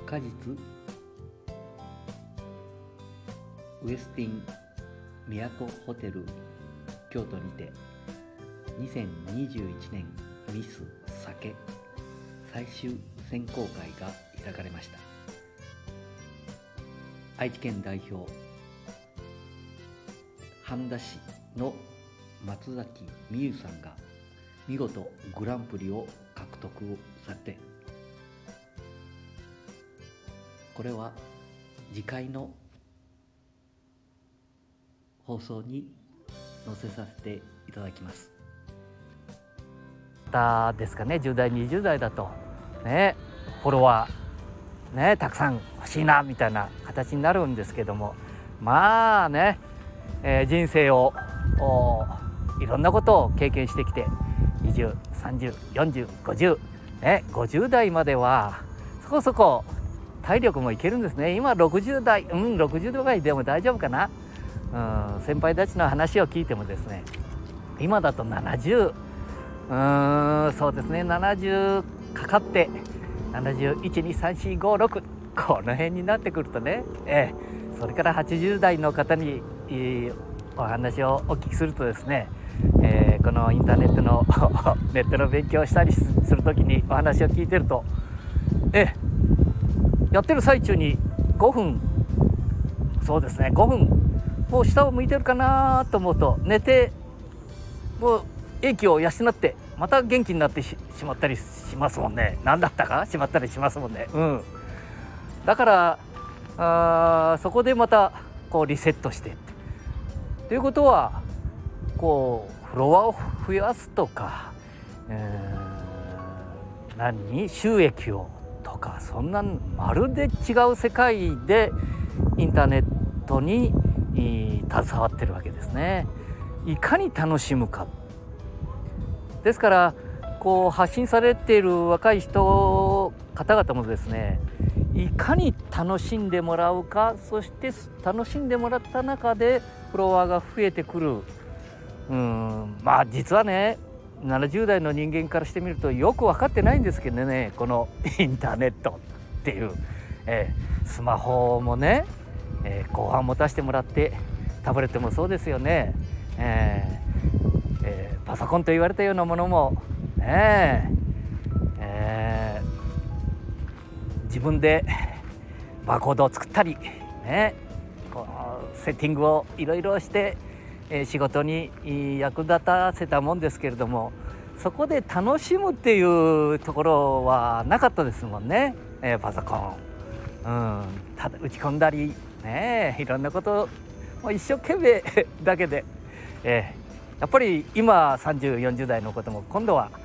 果実ウエスティン都ホテル京都にて2021年ミス酒最終選考会が開かれました。愛知県代表半田市の松崎美優さんが見事グランプリを獲得されて、これは次回の放送に載せさせていただきます。 ですかね、10代20代だとね、フォロワーねたくさん欲しいなみたいな形になるんですけども、まあね、人生をいろんなことを経験してきて20、30、40、50、ね、50代まではそこそこ体力もいけるんですね。今60代、60代でも大丈夫かな。先輩たちの話を聞いてもですね、今だと70、そうですね、70かかって71、2、3、4、5、6この辺になってくるとね、それから80代の方にお話をお聞きするとですね、このインターネットのネットの勉強をしたりするときにお話を聞いてると、やってる最中に5分、そうですね、5分もう下を向いてるかなと思うと寝て、もう英気を養ってまた元気になって しまったりしますもんね。何だったかしまったりしますもんね。だからそこでまたこうリセットしてということは、こうフォロワーを増やすとか、収益をとか、そんなまるで違う世界でインターネットに携わってるわけですね。いかに楽しむかですから、こう発信されている若い方々もですね、いかに楽しんでもらうか、そして楽しんでもらった中でフォロワーが増えてくる。まあ実はね、70代の人間からしてみるとよく分かってないんですけどね、このインターネットっていう、スマホもね、後半持たせてもらって、タブレットもそうですよね、パソコンと言われたようなものも、自分でバーコードを作ったり、こうセッティングをいろいろして、仕事に役立たせたもんですけれども、そこで楽しむっていうところはなかったですもんね。パソコン、ただ打ち込んだりね、いろんなことを一生懸命だけで、やっぱり今30、40代のことも今度は、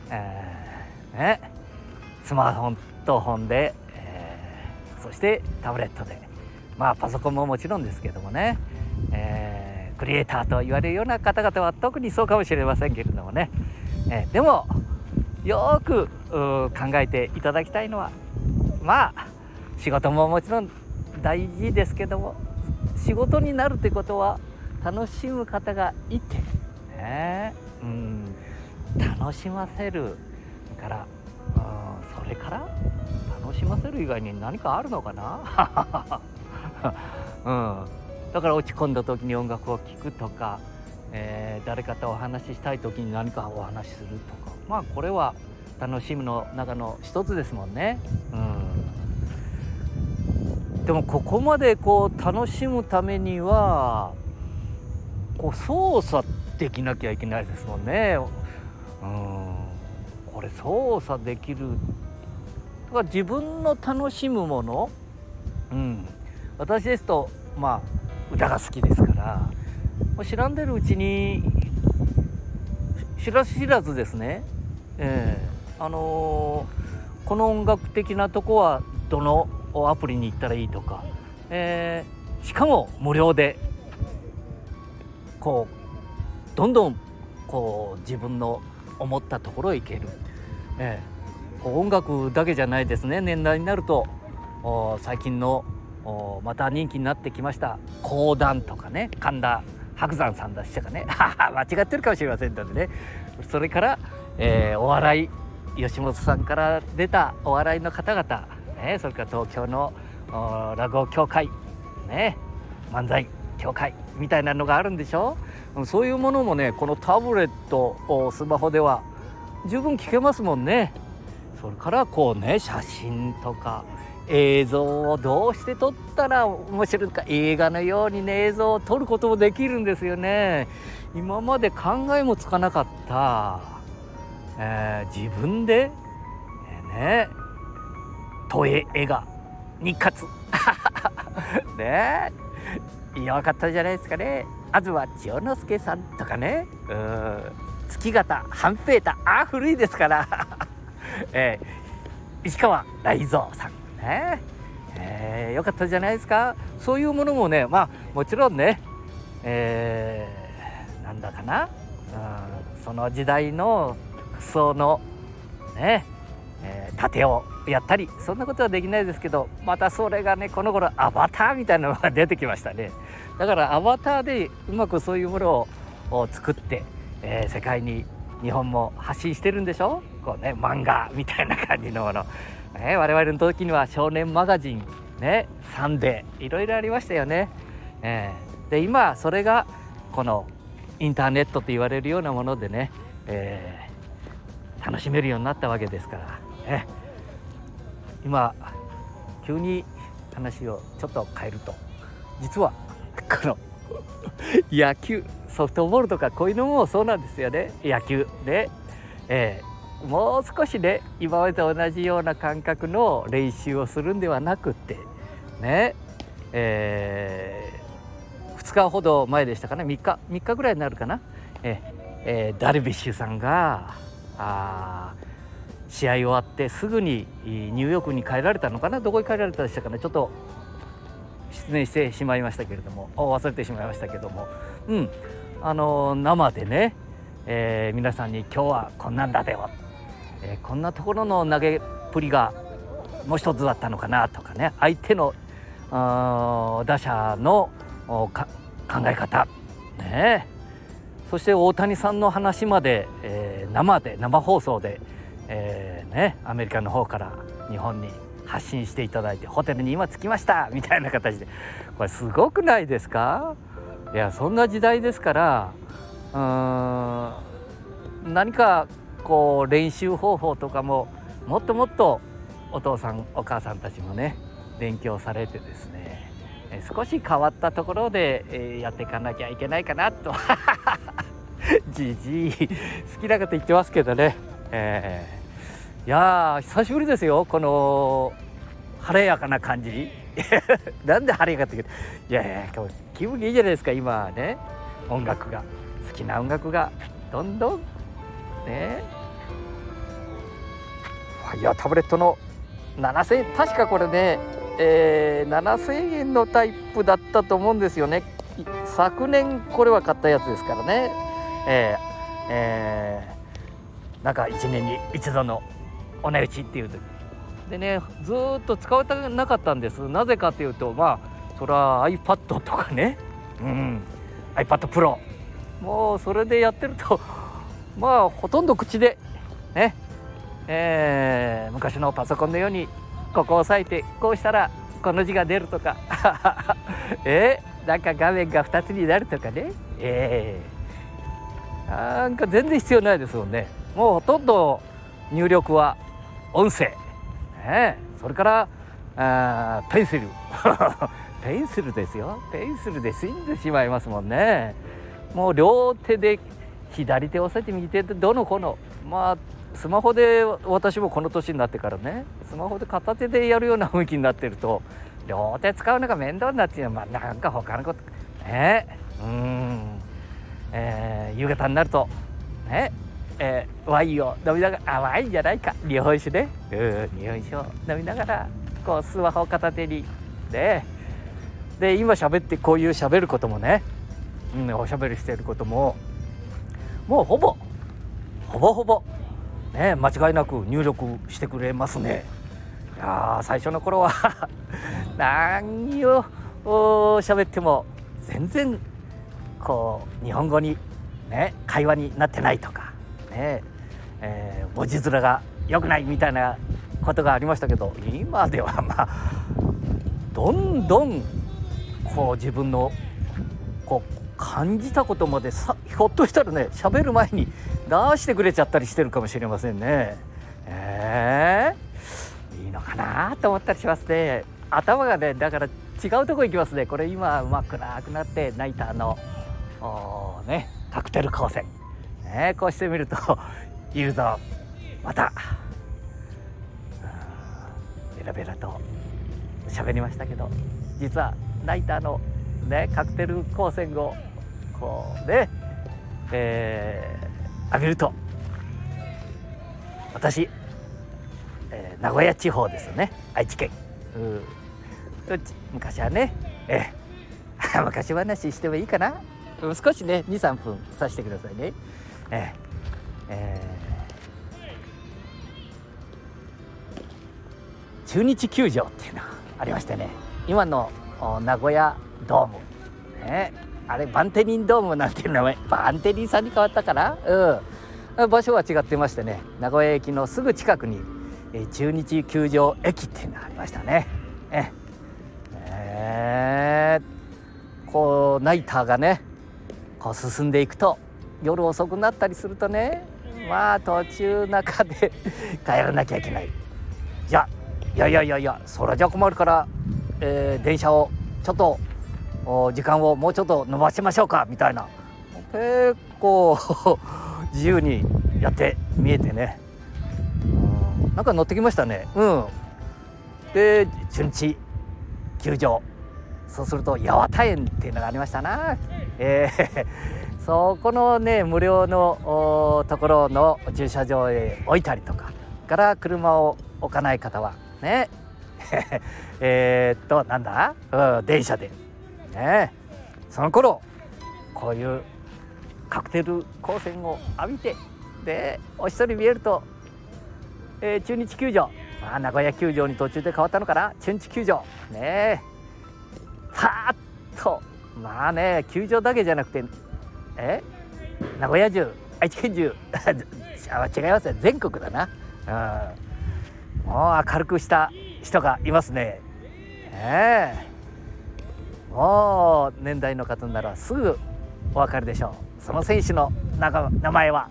スマートフォンで、そしてタブレットで、パソコンももちろんですけどもね、クリエイターと言われるような方々は特にそうかもしれませんけれどもね、でもよく考えていただきたいのは、仕事ももちろん大事ですけども、仕事になるってことは楽しむ方がいて、楽しませるから、それから楽しませる以外に何かあるのかなだから落ち込んだ時に音楽を聴くとか、誰かとお話ししたい時に何かお話しするとか、これは楽しむの中の一つですもんね。でもここまでこう楽しむためにはこう操作できなきゃいけないですもんね。これ操作できるだから自分の楽しむもの、私ですと歌が好きですから、もう知らんでるうちに知らず知らずですね、この音楽的なとこはどのアプリに行ったらいいとか、しかも無料でこうどんどんこう自分の思ったところへ行ける、こう音楽だけじゃないですね。年代になると最近のまた人気になってきました講談とかね、神田伯山さんでしたかね間違ってるかもしれませんのでね。それから、お笑い吉本さんから出たお笑いの方々、 ね、それから東京の落語協会、ね、漫才協会みたいなのがあるんでしょ。そういうものもね、このタブレット、スマホでは十分聞けますもんね。それからこうね、写真とか映像をどうして撮ったら面白いか、映画のようにね映像を撮ることもできるんですよね。今まで考えもつかなかった、自分で、ね、投影映画日活ねえ、弱かったじゃないですかね。東千代之助さんとかね、月形半平太、古いですから石川雷蔵さんね、よかったじゃないですか。そういうものもね、もちろんね、なんだかな、その時代の服装のね、盾をやったり、そんなことはできないですけど、またそれがね、この頃アバターみたいなのが出てきましたね。だからアバターでうまくそういうものを作って、世界に日本も発信してるんでしょ。こうね、漫画みたいな感じのもの、我々の時には少年マガジン、ね、サンデー、いろいろありましたよね。で今それがこのインターネットと言われるようなものでね、楽しめるようになったわけですから、今急に話をちょっと変えると、実はこの野球、ソフトボールとかこういうのもそうなんですよね。野球で、もう少しね、今までと同じような感覚の練習をするんではなくってね、2日ほど前でしたかね、3日ぐらいになるかな、ダルビッシュさんが試合終わってすぐにニューヨークに帰られたのかな、どこに帰られたでしたかね、ちょっと失念してしまいましたけれども、忘れてしまいましたけども、生でね、皆さんに今日はこんなんだでよ、こんなところの投げっぷりがもう一つだったのかなとかね、相手の打者の考え方ね、そして大谷さんの話まで、生放送で、アメリカの方から日本に発信していただいて、ホテルに今着きましたみたいな形で、これすごくないですか。いや、そんな時代ですから、何かこう練習方法とかももっともっとお父さんお母さんたちもね勉強されてですね、少し変わったところで、やっていかなきゃいけないかなとじじい好きなこと言ってますけどね、いや久しぶりですよ、この晴れやかな感じなんで晴れやかって、いや気分いいじゃないですか。今ね、音楽が好きな音楽がどんどんね、いやタブレットの7000円、確かこれね、7000円のタイプだったと思うんですよね。昨年これは買ったやつですからね、なんか1年に一度のお値打ちっていうでね、ずっと使われてなかったんです。なぜかというと、それは iPad とかね、iPad Pro もうそれでやってるとほとんど口でね、昔のパソコンのようにここを押さえてこうしたらこの字が出るとかなんか画面が2つになるとかね、なんか全然必要ないですもんね。もうほとんど入力は音声、それからペンシルペンシルですよ、ペンシルで済んでしまいますもんね。もう両手で左手を押さえて右手でどのこのスマホで、私もこの年になってからね、スマホで片手でやるような雰囲気になってると、両手使うのが面倒になって、なんか他のこと夕方になるとね、ワインを飲みながら、ワインじゃないか、日本酒ね、日本酒を飲みながらこうスマホを片手にね、で今喋ってこういう喋ることもね、おしゃべりしていることももうほぼね、間違いなく入力してくれますね。いや最初の頃は何を喋っても全然こう日本語にね会話になってないとかね、文字面が良くないみたいなことがありましたけど、今ではどんどんこう自分のこう感じたことまでひょっとしたらね、喋る前に出してくれちゃったりしてるかもしれませんね。いいのかなと思ったりしますね。頭がね、だから違うとこ行きますね。これ今うまくなくなってナイターのカクテル光線、こうしてみると言うとまたベラベラと喋りましたけど、実はナイターのカクテル光線をこう浴びると、私、名古屋地方ですよね、愛知県、昔はね、昔話してもいいかな、少しね 2,3 分させてくださいね。中日球場っていうのがありましてね、今の名古屋ドーム、あれバンテリンドームなんていう名前、バンテリンさんに変わったかな、場所は違ってましてね、名古屋駅のすぐ近くに、中日球場駅っていうのがありましたね。こうナイターがねこう進んでいくと、夜遅くなったりするとね、途中中で帰らなきゃいけない。いやそれじゃ困るから、電車をちょっと時間をもうちょっと延ばしましょうかみたいな、結構自由にやって見えてね、なんか乗ってきましたね。で中日球場、そうすると八幡園っていうのがありましたな。そこのね無料のところの駐車場へ置いたりとかから車を置かない方はねなんだ、電車でその頃こういうカクテル光線を浴びて、でお一人見えると、中日球場、名古屋球場に途中で変わったのかな、中日球場ね、パーッと球場だけじゃなくて名古屋中、愛知県中違いますね、全国だな。もう明るくした人がいますね。もう年代の方ならすぐお分かりでしょう。その選手の名前は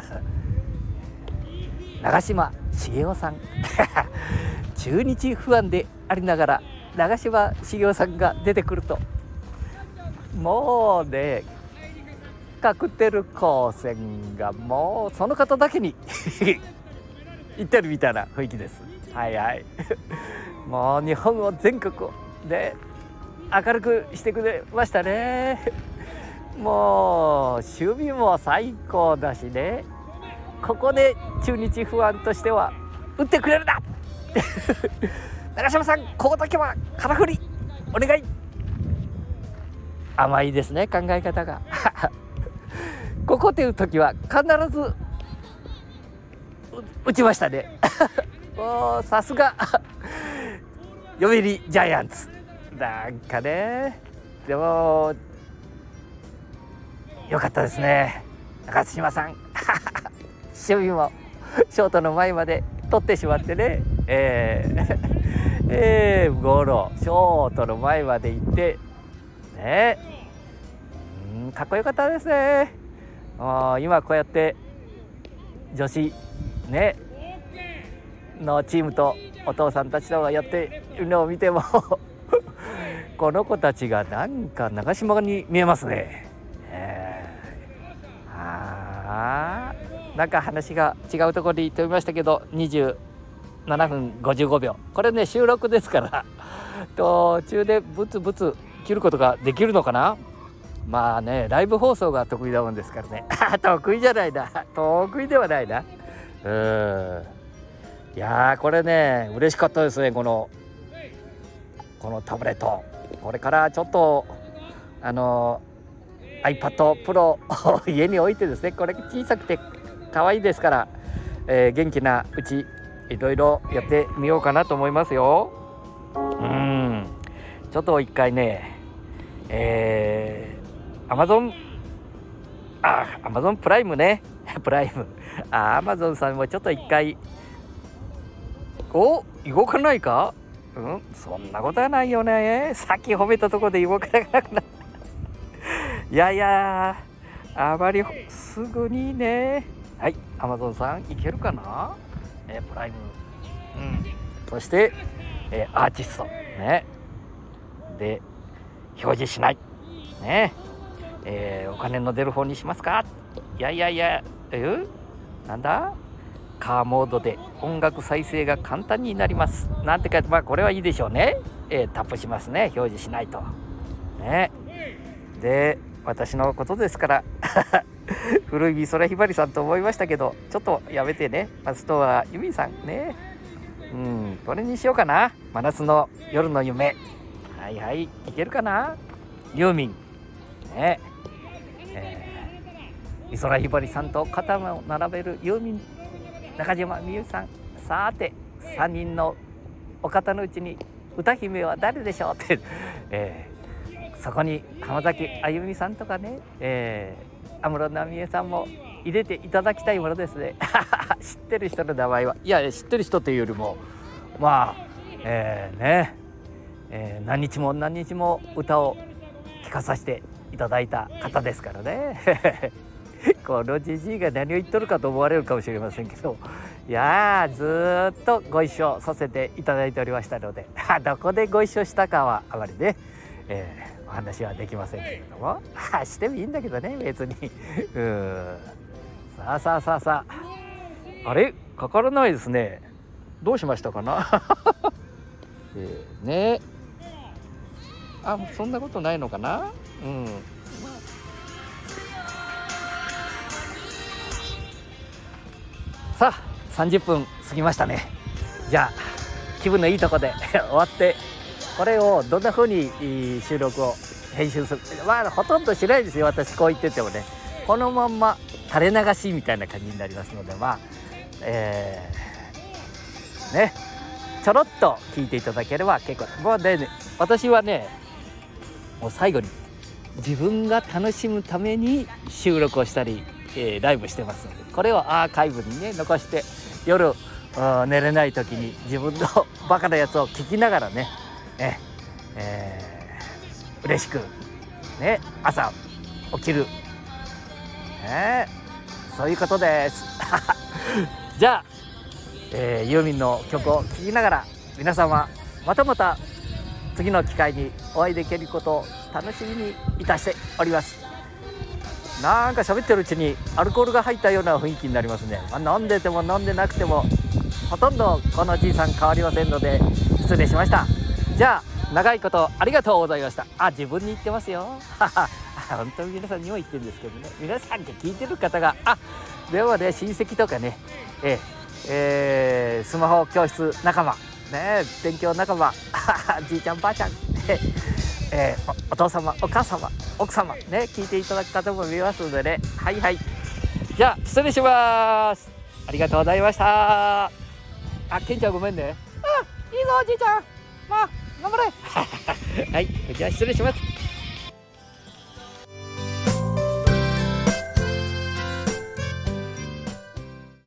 長嶋茂雄さん中日ファンでありながら長嶋茂雄さんが出てくると、もうねカクテル光線がもうその方だけに言ってるみたいな雰囲気です。もう日本を全国で明るくしてくれましたね。もう守備も最高だしね、ここで中日ファンとしては打ってくれるな長嶋さん、ここだけは空振りお願い。甘いですね、考え方がここで打つ時は必ず打ちましたねもうさすが読売ジャイアンツなんかね。でもよかったですね、中島さん守備もショートの前まで取ってしまってね、ゴロショートの前まで行ってね、かっこよかったですね。今こうやって女子ねのチームとお父さんたちとがやっているのを見てもこの子たちがなんか長島に見えますね。なんか話が違うところに飛びましたけど、27分55秒、これね収録ですから途中でブツブツ切ることができるのかな。ライブ放送が得意だもんですからね得意じゃないな、得意ではないな。いやこれね嬉しかったですね。このタブレット、これからちょっとiPad Pro を家に置いてですね、これ小さくて可愛いですから、元気なうちいろいろやってみようかなと思いますよ。ちょっと一回ねAmazon プライムねプライムAmazon さんもちょっと一回動かないか？そんなことはないよね。さっき褒めたところで動かなくなるいやあまりすぐにね。はい、アマゾンさんいけるかな？プライム、そして、アーティストねで表示しないね。お金の出る方にしますか？いやなんだ、カーモードで音楽再生が簡単になりますなんて書いて、これはいいでしょうね。タップしますね。表示しないとね。で私のことですから古い美空ひばりさんと思いましたけど、ちょっとやめてね。松任谷由実さんね。これにしようかな。真夏の夜の夢。はいいけるかな。ユーミンね。美空ひばりさんと肩を並べるユーミン、中島みゆさん。さて3人のお方のうちに歌姫は誰でしょうって、そこに浜崎あゆみさんとかね、安室奈美恵さんも入れていただきたいものですね知ってる人の名前は、いや知ってる人というよりも何日も歌を聴かさせていただいた方ですからねこのじじいが何を言っとるかと思われるかもしれませんけど、いやずっとご一緒させていただいておりましたのでどこでご一緒したかはあまりね、お話はできませんけれどもしてもいいんだけどね別にさああれかからないですね。どうしましたかなね。そんなことないのかな。さあ30分過ぎましたね。じゃあ気分のいいとこで終わって、これをどんな風に収録を編集する、ほとんどしないですよ私こう言っててもね。このまんま垂れ流しみたいな感じになりますので、ちょろっと聞いていただければ結構。私はねもう最後に自分が楽しむために収録をしたり、ライブしてますので、これをアーカイブにね残して、夜寝れない時に自分のバカなやつを聞きながらね、嬉しくね朝起きる、そういうことですじゃあ、ユーミンの曲を聴きながら皆様また次の機会にお会いできることを楽しみにいたしております。なんか喋ってるうちにアルコールが入ったような雰囲気になりますね。飲んでても飲んでなくてもほとんどこのじいさん変わりませんので失礼しました。じゃあ長いことありがとうございました。自分に言ってますよ本当に皆さんにも言ってるんですけどね。皆さんって聞いてる方がでもね親戚とかね、スマホ教室仲間ね、勉強仲間じいちゃんばあちゃんお父様お母様奥様ね聞いていただく方も見ますのでね。じゃあ失礼します。ありがとうございました。ケンちゃんごめんね。いいぞおじいちゃん、頑張れはい、じゃあ失礼します。